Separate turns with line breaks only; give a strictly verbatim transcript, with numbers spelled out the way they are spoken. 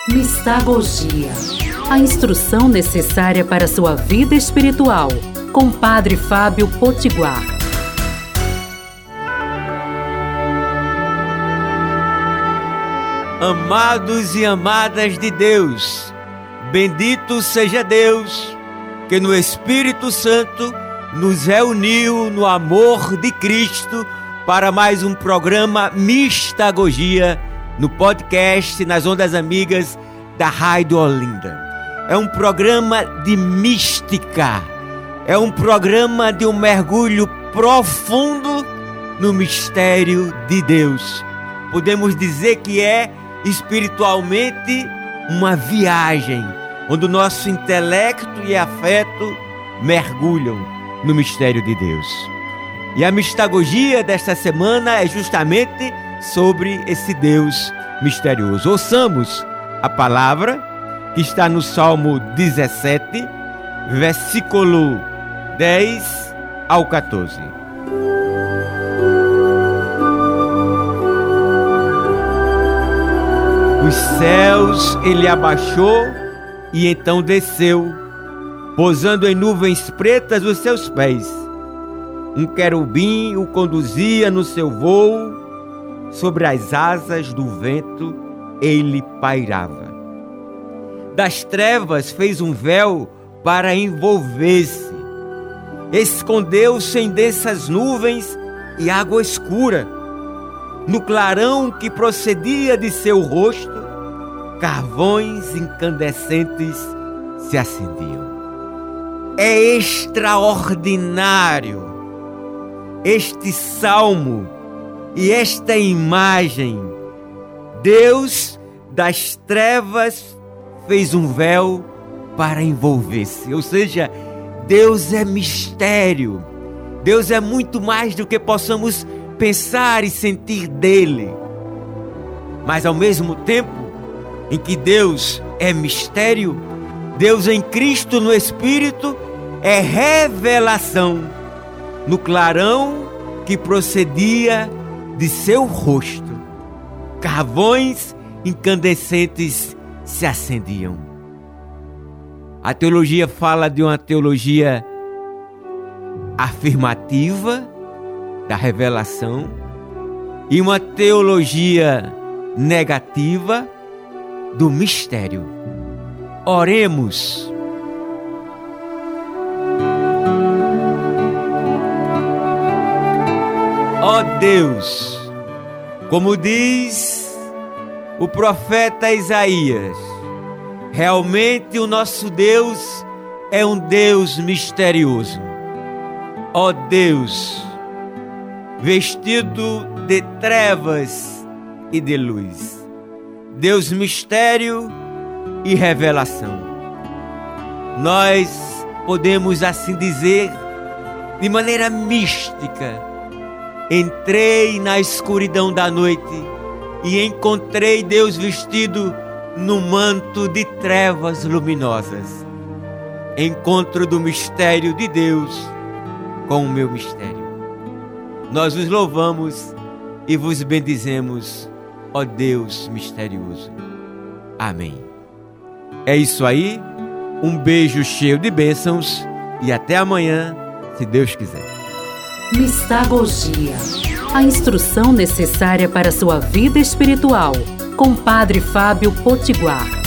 Mistagogia, a instrução necessária para sua vida espiritual, com Padre Fábio Potiguar.
Amados e amadas de Deus, bendito seja Deus, que no Espírito Santo nos reuniu no amor de Cristo para mais um programa Mistagogia, no podcast, nas ondas amigas da Rádio Olinda. É um programa de mística, é um programa de um mergulho profundo no mistério de Deus. Podemos dizer que é espiritualmente uma viagem, onde o nosso intelecto e afeto mergulham no mistério de Deus. E a mistagogia desta semana é justamente sobre esse Deus misterioso. Ouçamos a palavra que está no Salmo dezessete, versículo dez ao quatorze. Os céus ele abaixou e então desceu, pousando em nuvens pretas os seus pés. Um querubim o conduzia no seu voo, sobre as asas do vento ele pairava. Das trevas fez um véu para envolver-se, escondeu-se em densas nuvens e água escura. No clarão que procedia de seu rosto, carvões incandescentes se acendiam. É extraordinário este salmo e esta imagem. Deus das trevas fez um véu para envolver-se. Ou seja, Deus é mistério. Deus é muito mais do que possamos pensar e sentir dele. Mas ao mesmo tempo em que Deus é mistério, Deus em Cristo no Espírito é revelação no clarão que procedia de seu rosto. Carvões incandescentes se acendiam. A teologia fala de uma teologia afirmativa da revelação e uma teologia negativa do mistério. Oremos. Ó Deus, como diz o profeta Isaías, realmente o nosso Deus é um Deus misterioso. Ó Deus, vestido de trevas e de luz, Deus mistério e revelação. Nós podemos assim dizer, de maneira mística: entrei na escuridão da noite e encontrei Deus vestido no manto de trevas luminosas. Encontro do mistério de Deus com o meu mistério. Nós os louvamos e vos bendizemos, ó Deus misterioso. Amém. É isso aí, um beijo cheio de bênçãos e até amanhã, se Deus quiser.
Mistagogia, a instrução necessária para sua vida espiritual, com Padre Fábio Potiguar.